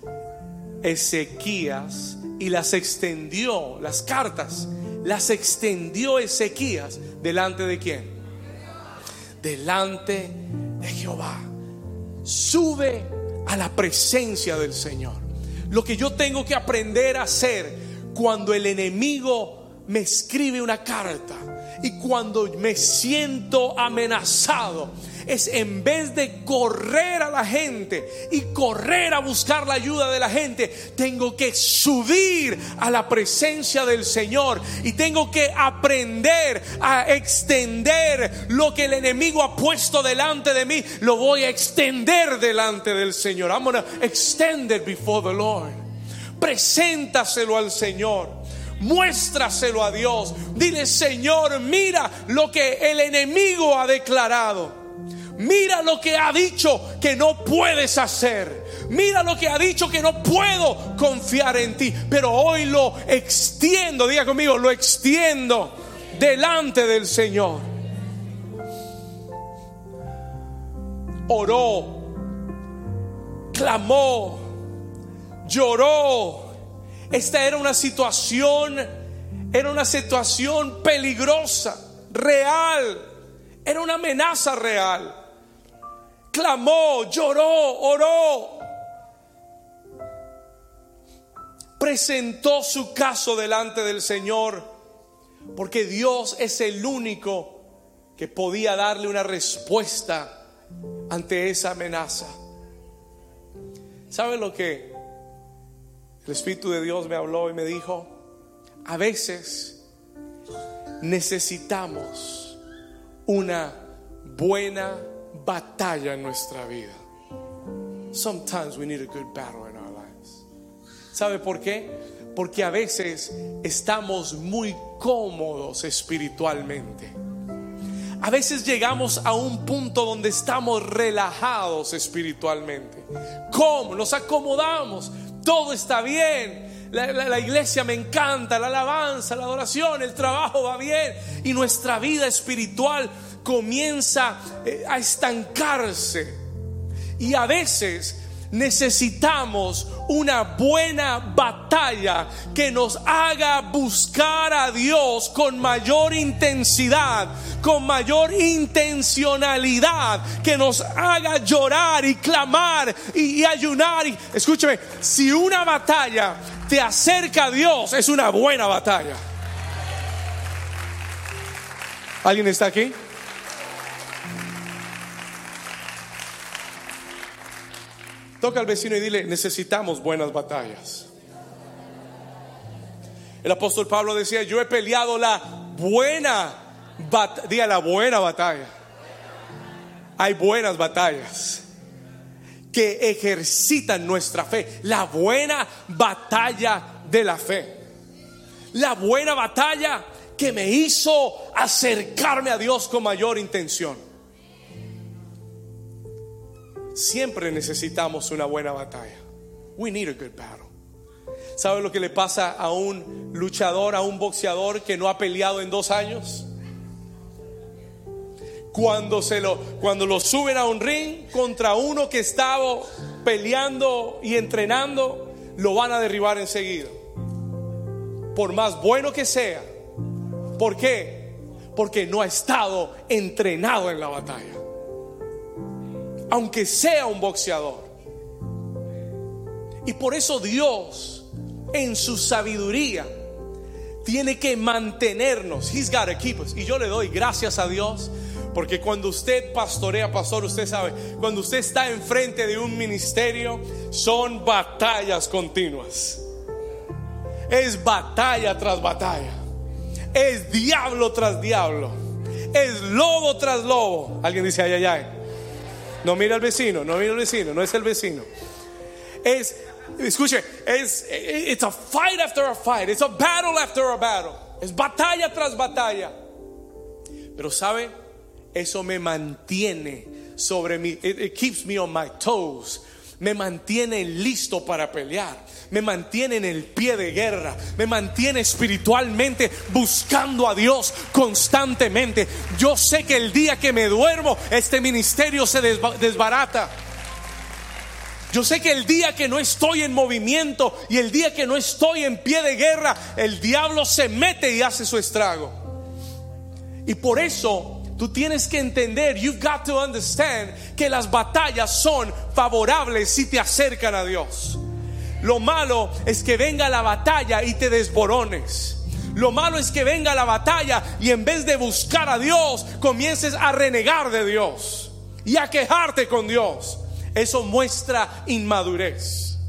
Ezequías, y las extendió, las cartas las extendió Ezequías delante de ¿quién? Delante de Jehová. Sube a la presencia del Señor. Lo que yo tengo que aprender a hacer cuando el enemigo me escribe una carta y cuando me siento amenazado, es en vez de correr a la gente y correr a buscar la ayuda de la gente, tengo que subir a la presencia del Señor y tengo que aprender a extender lo que el enemigo ha puesto delante de mí. Lo voy a extender delante del Señor. I'm gonna extend it before the Lord. Preséntaselo al Señor. Muéstraselo a Dios. Dile: Señor, mira lo que el enemigo ha declarado. Mira lo que ha dicho que no puedes hacer. Mira lo que ha dicho que no puedo confiar en ti. Pero hoy lo extiendo. Diga conmigo: lo extiendo delante del Señor. Oró, clamó, lloró. Esta era una situación, era una situación peligrosa, real, era una amenaza real. Clamó, lloró, oró, presentó su caso delante del Señor, porque Dios es el único que podía darle una respuesta ante esa amenaza. ¿Sabe lo que el Espíritu de Dios me habló y me dijo? A veces necesitamos una buena batalla en nuestra vida. Sometimes we need a good battle in our lives. ¿Sabe por qué? Porque a veces estamos muy cómodos espiritualmente. A veces llegamos a un punto donde estamos relajados espiritualmente. ¿Cómo? Nos acomodamos. Todo está bien. La, la, la iglesia me encanta, la alabanza, la adoración, el trabajo va bien. Y nuestra vida espiritual comienza eh, a estancarse. Y a veces necesitamos una buena batalla que nos haga buscar a Dios con mayor intensidad, con mayor intencionalidad, que nos haga llorar y clamar y, y ayunar. Y escúcheme, si una batalla te acerca a Dios, es una buena batalla. ¿Alguien está aquí? Toca al vecino y dile: necesitamos buenas batallas. El apóstol Pablo decía: yo he peleado la buena batalla. Diga: la buena batalla. Hay buenas batallas que ejercitan nuestra fe. La buena batalla de la fe. La buena batalla que me hizo acercarme a Dios con mayor intención. Siempre necesitamos una buena batalla. We need a good battle. ¿Sabe lo que le pasa a un luchador, a un boxeador que no ha peleado en dos años? Cuando, se lo, cuando lo suben a un ring contra uno que estaba peleando y entrenando, lo van a derribar enseguida. Por más bueno que sea. ¿Por qué? Porque no ha estado entrenado en la batalla. Aunque sea un boxeador. Y por eso Dios, en su sabiduría, tiene que mantenernos. He's got to keep us. Y yo le doy gracias a Dios, porque cuando usted pastorea, pastor, usted sabe, cuando usted está enfrente de un ministerio, son batallas continuas. Es batalla tras batalla. Es diablo tras diablo. Es lobo tras lobo. Alguien dice: ay, ay, ay. No mira al vecino, no mira al vecino, no es el vecino. Es, escuche, es, it's a fight after a fight. It's a battle after a battle. Es batalla tras batalla. Pero sabe, eso me mantiene sobre mi, it, it keeps me on my toes. Me mantiene listo para pelear. Me mantiene en el pie de guerra. Me mantiene espiritualmente buscando a Dios constantemente. Yo sé que el día que me duermo, este ministerio se desbarata. Yo sé que el día que no estoy en movimiento y el día que no estoy en pie de guerra, el diablo se mete y hace su estrago. Y por eso tú tienes que entender, you've got to understand, que las batallas son favorables si te acercan a Dios. Lo malo es que venga la batalla y te desborones. Lo malo es que venga la batalla y en vez de buscar a Dios, comiences a renegar de Dios. y a quejarte con Dios. Eso muestra inmadurez.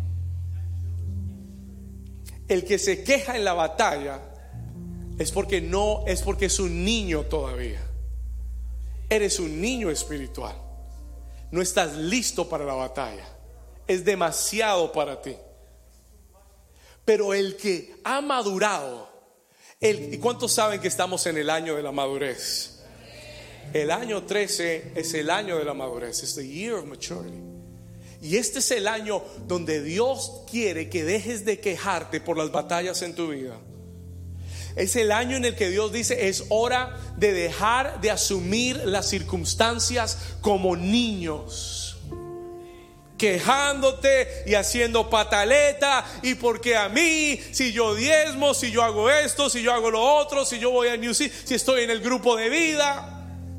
El que se queja en la batalla es porque no, es porque es un niño todavía. Eres un niño espiritual. No estás listo para la batalla. Es demasiado para ti. Pero el que ha madurado, el, ¿y cuántos saben que estamos en el año de la madurez? El año trece es el año de la madurez. Es the year of maturity. Y este es el año donde Dios quiere que dejes de quejarte por las batallas en tu vida. Es el año en el que Dios dice: es hora de dejar de asumir las circunstancias como niños, quejándote y haciendo pataleta. Y porque a mí, si yo diezmo, si yo hago esto, si yo hago lo otro, si yo voy a New City, si estoy en el grupo de vida.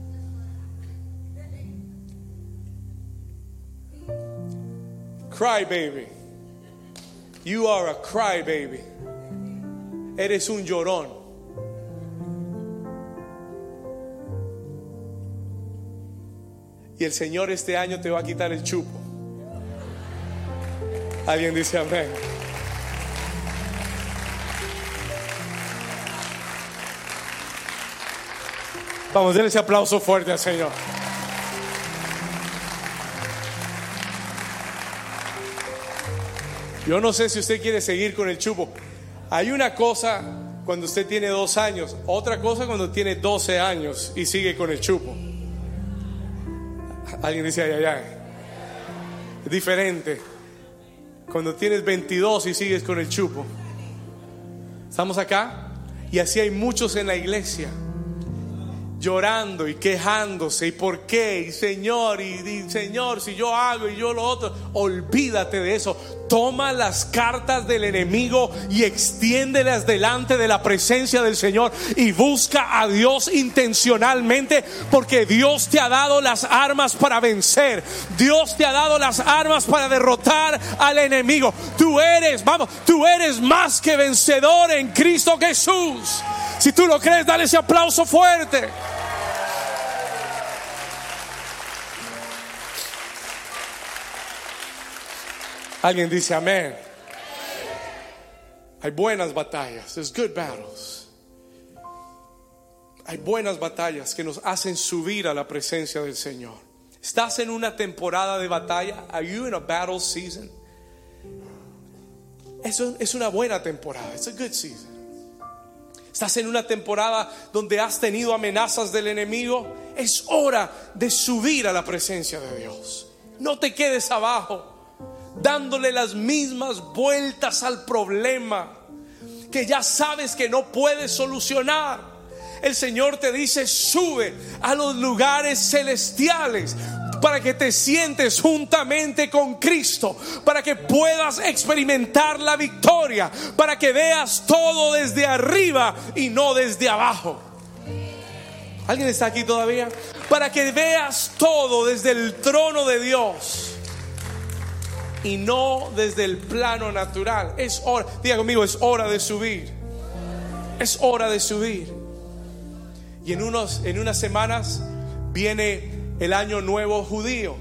Cry baby. You are a cry baby. Eres un llorón. Y el Señor este año te va a quitar el chupo. Alguien dice amén. Vamos, denle ese aplauso fuerte al Señor. Yo no sé si usted quiere seguir con el chupo. Hay una cosa cuando usted tiene dos años, otra cosa cuando tiene doce años y sigue con el chupo. Alguien dice ay, ay, ay. Es diferente cuando tienes veintidós y sigues con el chupo. ¿Estamos acá? Y así hay muchos en la iglesia, llorando y quejándose. ¿Y por qué? Y Señor, y, y Señor, si yo hago y yo lo otro. Olvídate de eso. Toma las cartas del enemigo y extiéndelas delante de la presencia del Señor y busca a Dios intencionalmente, porque Dios te ha dado las armas para vencer. Dios te ha dado las armas para derrotar al enemigo. Tú eres, vamos, tú eres más que vencedor en Cristo Jesús. Si tú lo crees, dale ese aplauso fuerte. Alguien dice amén. Hay buenas batallas. There's good battles. Hay buenas batallas que nos hacen subir a la presencia del Señor. ¿Estás en una temporada de batalla? Are you in a battle season? Eso es una buena temporada. It's a good season. ¿Estás en una temporada donde has tenido amenazas del enemigo? Es hora de subir a la presencia de Dios. No te quedes abajo dándole las mismas vueltas al problema que ya sabes que no puedes solucionar. El Señor te dice: sube a los lugares celestiales para que te sientes juntamente con Cristo, para que puedas experimentar la victoria, para que veas todo desde arriba y no desde abajo. ¿Alguien está aquí todavía? Para que veas todo desde el trono de Dios y no desde el plano natural. Es hora, diga conmigo, es hora de subir. Es hora de subir. Y en unos, en unas semanas viene el año nuevo judío.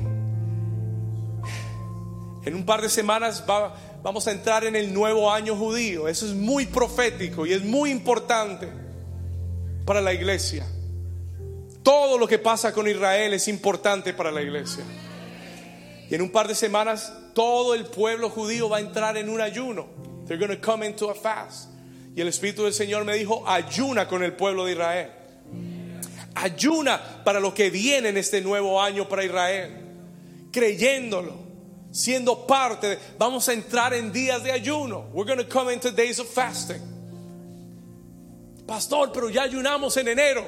En un par de semanas va, vamos a entrar en el nuevo año judío. Eso es muy profético y es muy importante para la iglesia. Todo lo que pasa con Israel es importante para la iglesia. Y en un par de semanas todo el pueblo judío va a entrar en un ayuno. They're going to come into a fast. Y el Espíritu del Señor me dijo: ayuna con el pueblo de Israel. Ayuna para lo que viene en este nuevo año para Israel, creyéndolo, siendo parte de, vamos a entrar en días de ayuno. We're going to come into days of fasting. Pastor, pero ya ayunamos en enero.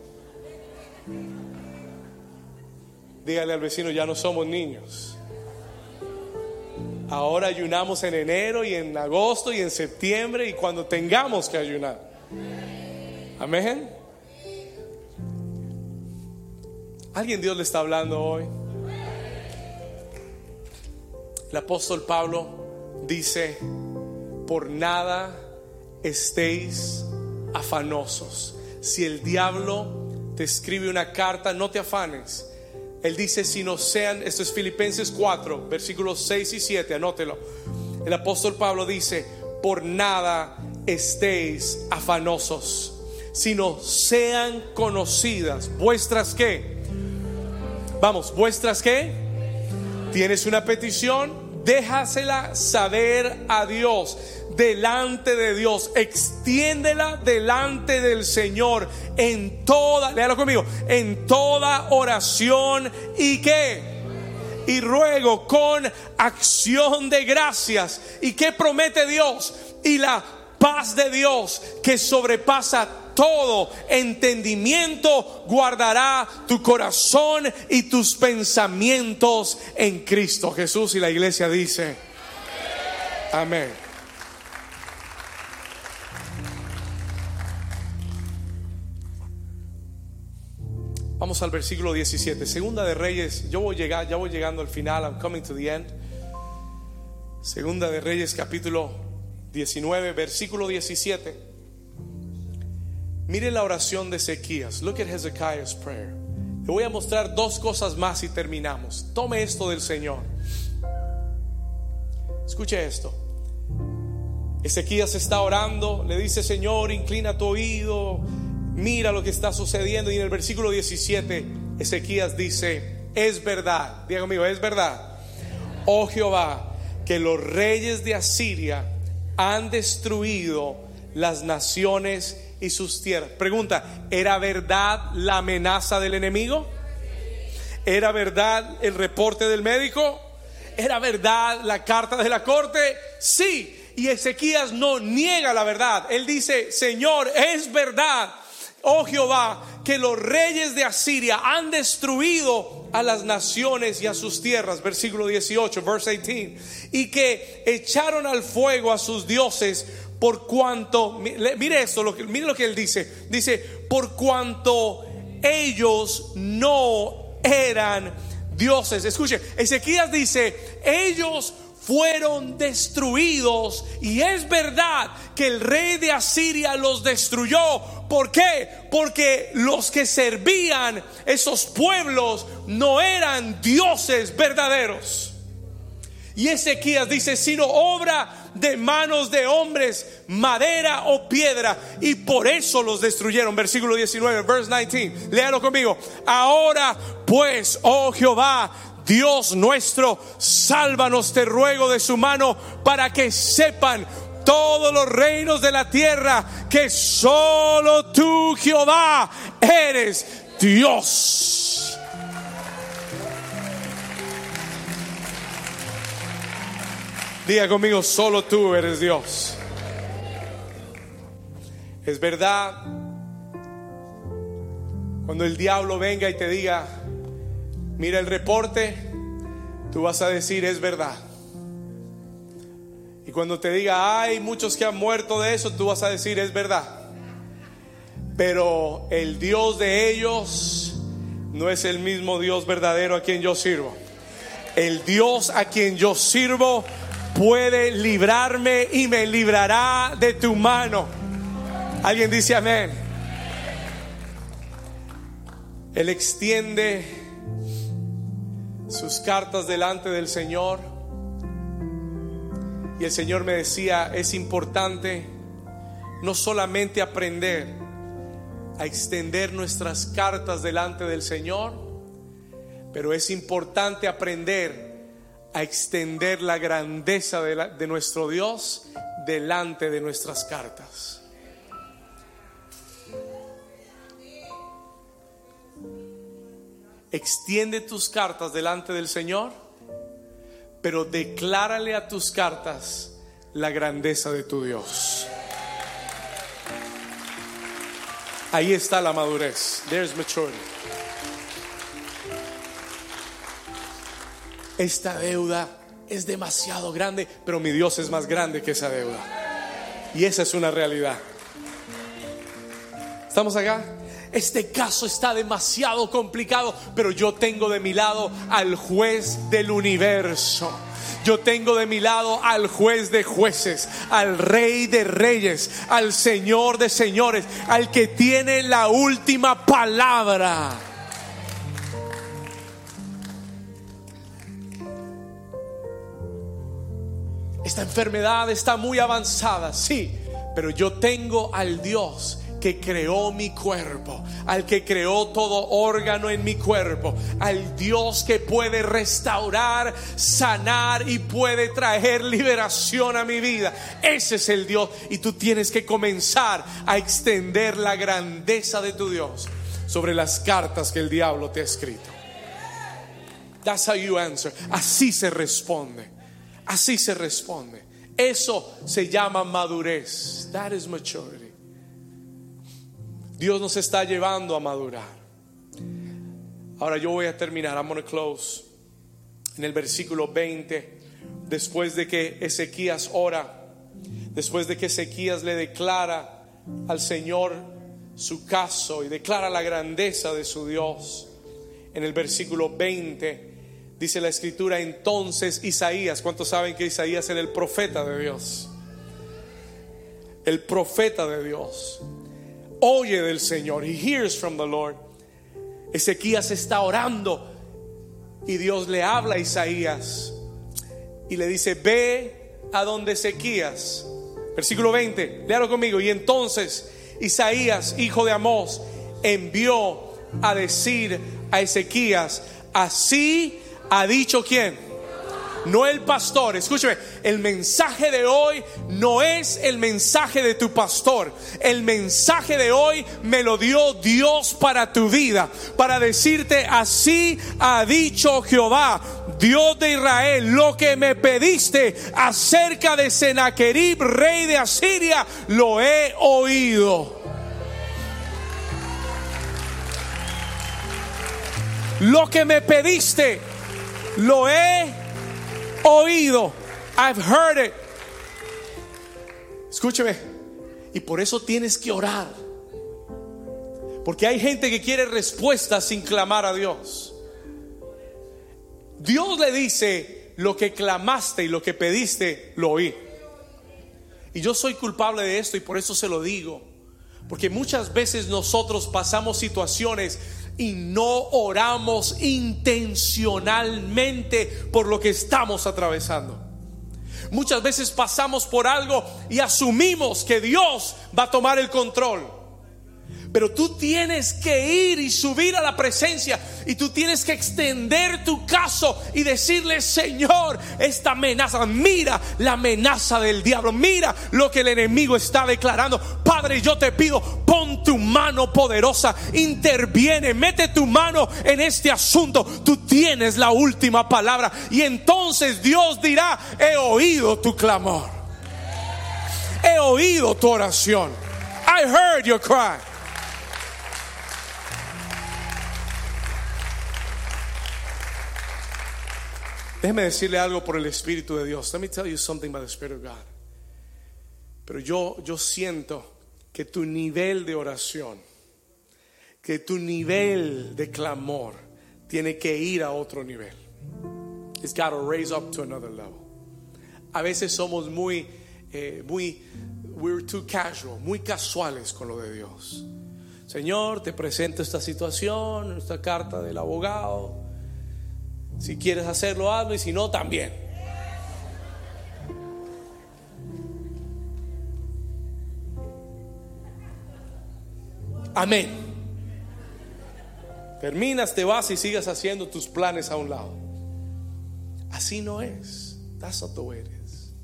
Dígale al vecino: ya no somos niños. Ahora ayunamos en enero y en agosto y en septiembre y cuando tengamos que ayunar. Amén. ¿Alguien Dios le está hablando hoy? El apóstol Pablo dice: por nada estéis afanosos. Si el diablo te escribe una carta, no te afanes. Él dice, si no sean, esto es Filipenses cuatro, versículos seis y siete, anótelo. El apóstol Pablo dice, por nada estéis afanosos, sino sean conocidas vuestras ¿qué? Vamos, vuestras ¿qué? ¿Tienes una petición? Déjasela saber a Dios, delante de Dios, extiéndela delante del Señor en toda, léalo conmigo, en toda oración y qué, y ruego con acción de gracias. ¿Y qué promete Dios? Y la paz de Dios, que sobrepasa todo entendimiento, guardará tu corazón y tus pensamientos en Cristo Jesús. Y la iglesia dice amén. Vamos al versículo diecisiete, Segunda de Reyes. Yo voy llegar, ya voy llegando al final. I'm coming to the end. Segunda de Reyes, capítulo diecinueve, versículo diecisiete. Mire la oración de Ezequías. Look at Hezekiah's prayer. Le voy a mostrar dos cosas más y terminamos. Tome esto del Señor. Escuche esto. Ezequías está orando, le dice: Señor, inclina tu oído, mira lo que está sucediendo. Y en el versículo diecisiete, Ezequías dice: es verdad, diga conmigo, es verdad, oh Jehová, que los reyes de Asiria han destruido las naciones y sus tierras. Pregunta: ¿era verdad la amenaza del enemigo? ¿Era verdad el reporte del médico? ¿Era verdad la carta de la corte? Sí. Y Ezequías no niega la verdad. Él dice: Señor, es verdad, oh Jehová, que los reyes de Asiria han destruido a las naciones y a sus tierras. Versículo dieciocho, verse dieciocho. Y que echaron al fuego a sus dioses, por cuanto, mire esto, lo que, mire lo que él dice. Dice: por cuanto ellos no eran dioses. Escuche, Ezequías dice: ellos fueron destruidos. Y es verdad que el rey de Asiria los destruyó. ¿Por qué? Porque los que servían esos pueblos no eran dioses verdaderos. Y Ezequías dice: sino obra de manos de hombres, madera o piedra, y por eso los destruyeron. Versículo diecinueve, verse diecinueve. Léalo conmigo. Ahora pues, oh Jehová, Dios nuestro, sálvanos, te ruego, de su mano, para que sepan todos los reinos de la tierra que solo tú, Jehová, eres Dios. Diga conmigo: solo tú eres Dios. Es verdad, cuando el diablo venga y te diga: mira el reporte, tú vas a decir: es verdad. Y cuando te diga: hay muchos que han muerto de eso, tú vas a decir: es verdad. Pero el Dios de ellos no es el mismo Dios verdadero a quien yo sirvo. El Dios a quien yo sirvo puede librarme y me librará de tu mano. ¿Alguien dice amén? Él extiende sus cartas delante del Señor. Y el Señor me decía: es importante no solamente aprender a extender nuestras cartas delante del Señor, pero es importante aprender a extender la grandeza de, la, de nuestro Dios delante de nuestras cartas. Extiende tus cartas delante del Señor, pero declárale a tus cartas la grandeza de tu Dios. Ahí está la madurez. There's maturity. Esta deuda es demasiado grande, pero mi Dios es más grande que esa deuda. Y esa es una realidad. ¿Estamos acá? Este caso está demasiado complicado, pero yo tengo de mi lado al juez del universo. Yo tengo de mi lado al juez de jueces, al rey de reyes, al señor de señores, al que tiene la última palabra. esta enfermedad está muy avanzada, sí, pero yo tengo al Dios que creó mi cuerpo, al que creó todo órgano en mi cuerpo, al Dios que puede restaurar, sanar y puede traer liberación a mi vida. Ese es el Dios, y tú tienes que comenzar a extender la grandeza de tu Dios sobre las cartas que el diablo te ha escrito. That's how you answer. Así se responde. Así se responde. Eso se llama madurez. That is maturity. Dios nos está llevando a madurar. Ahora yo voy a terminar. I'm going to close. En el versículo veinte, después de que Ezequías ora, después de que Ezequías le declara al Señor su caso y declara la grandeza de su Dios, en el versículo veinte dice la escritura: entonces Isaías, ¿cuántos saben que Isaías era el profeta de Dios? El profeta de Dios oye del Señor. He hears from the Lord. Ezequías está orando y Dios le habla a Isaías y le dice: ve a donde Ezequías. Versículo veinte, léalo conmigo. Y entonces Isaías, hijo de Amós, envió a decir a Ezequías: así ha dicho ¿quién? No el pastor. Escúcheme, el mensaje de hoy no es el mensaje de tu pastor. El mensaje de hoy me lo dio Dios para tu vida, para decirte: así ha dicho Jehová, Dios de Israel, lo que me pediste acerca de Sennacherib, rey de Asiria, lo he oído. Lo que me pediste lo he oído. I've heard it. Escúcheme, y por eso tienes que orar, porque hay gente que quiere respuestas sin clamar a Dios. Dios le dice: lo que clamaste y lo que pediste lo oí. Y yo soy culpable de esto, y por eso se lo digo, porque muchas veces nosotros pasamos situaciones y no oramos intencionalmente por lo que estamos atravesando. Muchas veces pasamos por algo y asumimos que Dios va a tomar el control, pero tú tienes que ir y subir a la presencia, y tú tienes que extender tu caso y decirle: Señor, esta amenaza, mira la amenaza del diablo, mira lo que el enemigo está declarando. Padre, yo te pido, pon tu mano poderosa, interviene, mete tu mano en este asunto. Tú tienes la última palabra, y entonces Dios dirá: he oído tu clamor, he oído tu oración. I heard your cry. Déjeme decirle algo por el Espíritu de Dios. Let me tell you something by the Spirit of God. Pero yo, yo siento que tu nivel de oración, que tu nivel de clamor tiene que ir a otro nivel. It's got to raise up to another level. A veces somos muy, eh, muy, we're too casual, muy casuales con lo de Dios. Señor, te presento esta situación, esta carta del abogado. Si quieres hacerlo, hazlo, y si no, también. Amén. Terminas, te vas y sigas haciendo tus planes a un lado. Así no es. That's not the way it is.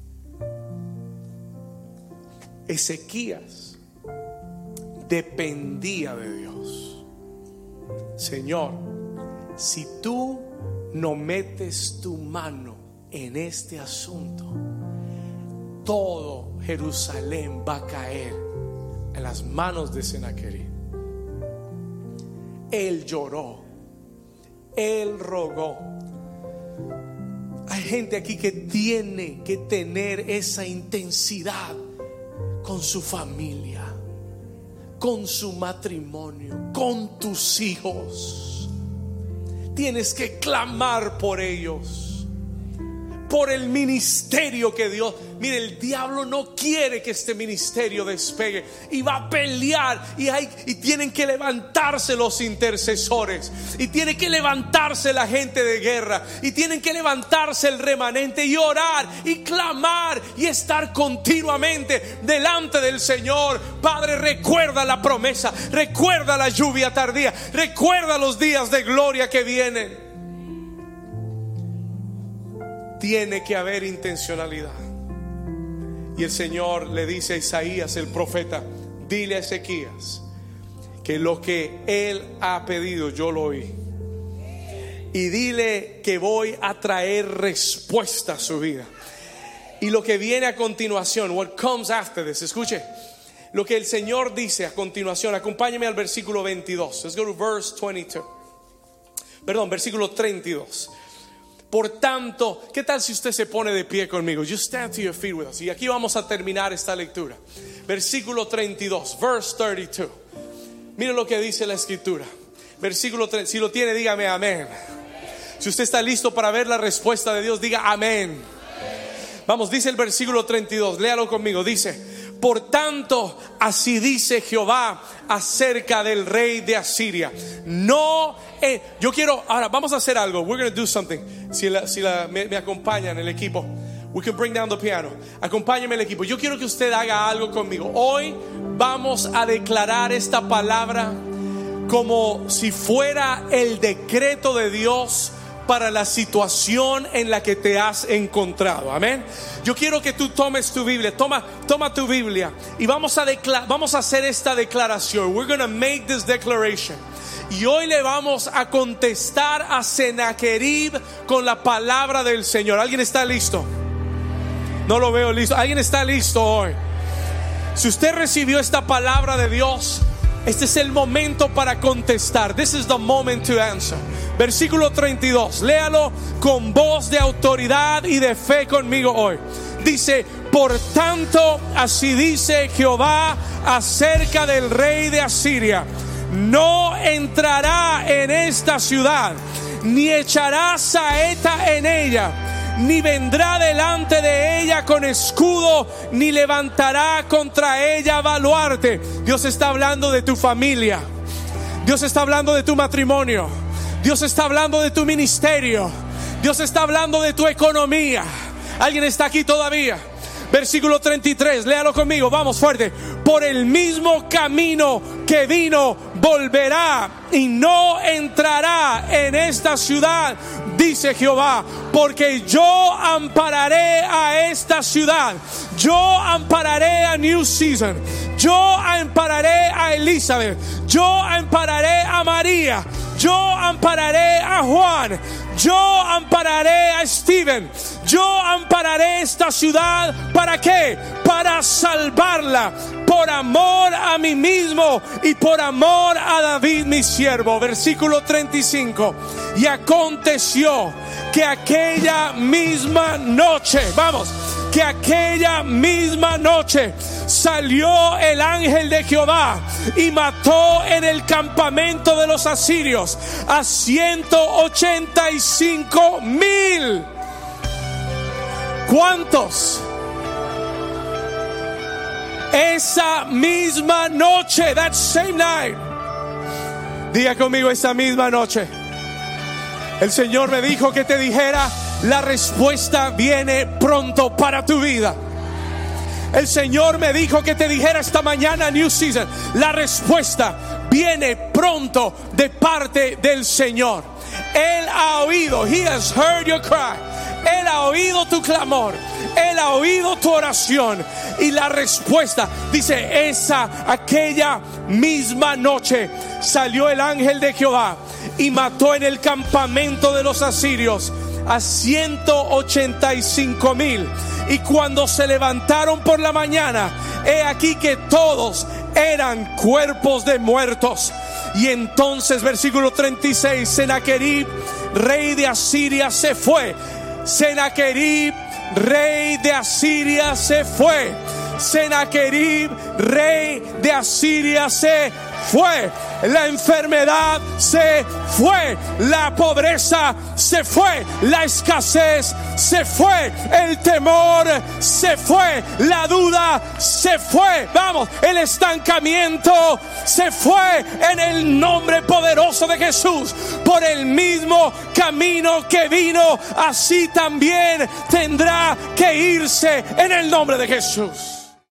Ezequías dependía de Dios. Señor, si tú no metes tu mano en este asunto, todo Jerusalén va a caer en las manos de Sennacherib. Él lloró, él rogó. Hay gente aquí que tiene que tener esa intensidad con su familia, con su matrimonio, con tus hijos. Tienes que clamar por ellos. por el ministerio que Dios. Mire, el diablo no quiere que este ministerio despegue y va a pelear, y, hay, y tienen que levantarse los intercesores, y tiene que levantarse la gente de guerra, y tienen que levantarse el remanente y orar y clamar y estar continuamente delante del Señor. Padre, recuerda la promesa, recuerda la lluvia tardía, recuerda los días de gloria que vienen. Tiene que haber intencionalidad. Y el Señor le dice a Isaías, el profeta: dile a Ezequías que lo que él ha pedido yo lo oí, y dile que voy a traer respuesta a su vida. Y lo que viene a continuación, what comes after this, escuche lo que el Señor dice a continuación. Acompáñeme al versículo veintidós. Let's go to verse twenty-two. Perdón, versículo treinta y dos. Por tanto, ¿qué tal si usted se pone de pie conmigo? Just stand to your feet with us. Y aquí vamos a terminar esta lectura. Versículo treinta y dos, verse thirty-two. Mire lo que dice la escritura. Versículo treinta. Si lo tiene, dígame amén. Si usted está listo para ver la respuesta de Dios, diga amén. Vamos, dice el versículo treinta y dos. Léalo conmigo. Dice: por tanto, así dice Jehová acerca del rey de Asiria. No, eh, yo quiero, ahora vamos a hacer algo. We're going to do something. Si, la, si la, me, me acompañan el equipo, we can bring down the piano. Acompáñeme el equipo. Yo quiero que usted haga algo conmigo. Hoy vamos a declarar esta palabra como si fuera el decreto de Dios para la situación en la que te has encontrado. Amén. Yo quiero que tú tomes tu Biblia. Toma, toma tu Biblia y vamos a declarar, vamos a hacer esta declaración. We're going to make this declaration. Y hoy le vamos a contestar a Sennacherib con la palabra del Señor. ¿Alguien está listo? No lo veo listo. ¿Alguien está listo hoy? Si usted recibió esta palabra de Dios, este es el momento para contestar. This is the moment to answer. Versículo treinta y dos. Léalo con voz de autoridad y de fe conmigo hoy. Dice: por tanto, así dice Jehová acerca del rey de Asiria: no entrará en esta ciudad, ni echará saeta en ella, ni vendrá delante de ella con escudo, ni levantará contra ella baluarte. Dios está hablando de tu familia. Dios está hablando de tu matrimonio. Dios está hablando de tu ministerio. Dios está hablando de tu economía. ¿Alguien está aquí todavía? Versículo treinta y tres, léalo conmigo, vamos fuerte. Por el mismo camino que vino, volverá y no entrará en esta ciudad, dice Jehová, porque yo ampararé a esta ciudad. Yo ampararé a New Season. Yo ampararé a Elizabeth. Yo ampararé a María. Yo ampararé a Juan. Yo ampararé a Steven. Yo ampararé esta ciudad. ¿Para qué? Para salvarla, por amor a mí mismo y por amor a David mi siervo. Versículo treinta y cinco. Y aconteció que aquella misma noche, vamos, que aquella misma noche salió el ángel de Jehová y mató en el campamento de los asirios a ciento ochenta y cinco mil. ¿Cuántos? Esa misma noche, that same night. Diga conmigo, esa misma noche. El Señor me dijo que te dijera: la respuesta viene pronto para tu vida. El Señor me dijo que te dijera esta mañana, New Season, la respuesta viene pronto de parte del Señor. Él ha oído, He has heard your cry. Él ha oído tu clamor. Él ha oído tu oración. Y la respuesta, dice, esa, aquella misma noche salió el ángel de Jehová y mató en el campamento de los asirios a ciento ochenta y cinco mil. Y cuando se levantaron por la mañana, he aquí que todos eran cuerpos de muertos. Y entonces, versículo treinta y seis, Sennacherib, rey de Asiria, se fue. Sennacherib, rey de Asiria, se fue. Sennacherib, rey de Asiria, se fue, la enfermedad se fue, la pobreza se fue, la escasez se fue, el temor se fue, la duda se fue, vamos, el estancamiento se fue en el nombre poderoso de Jesús. Por el mismo camino que vino, así también tendrá que irse en el nombre de Jesús.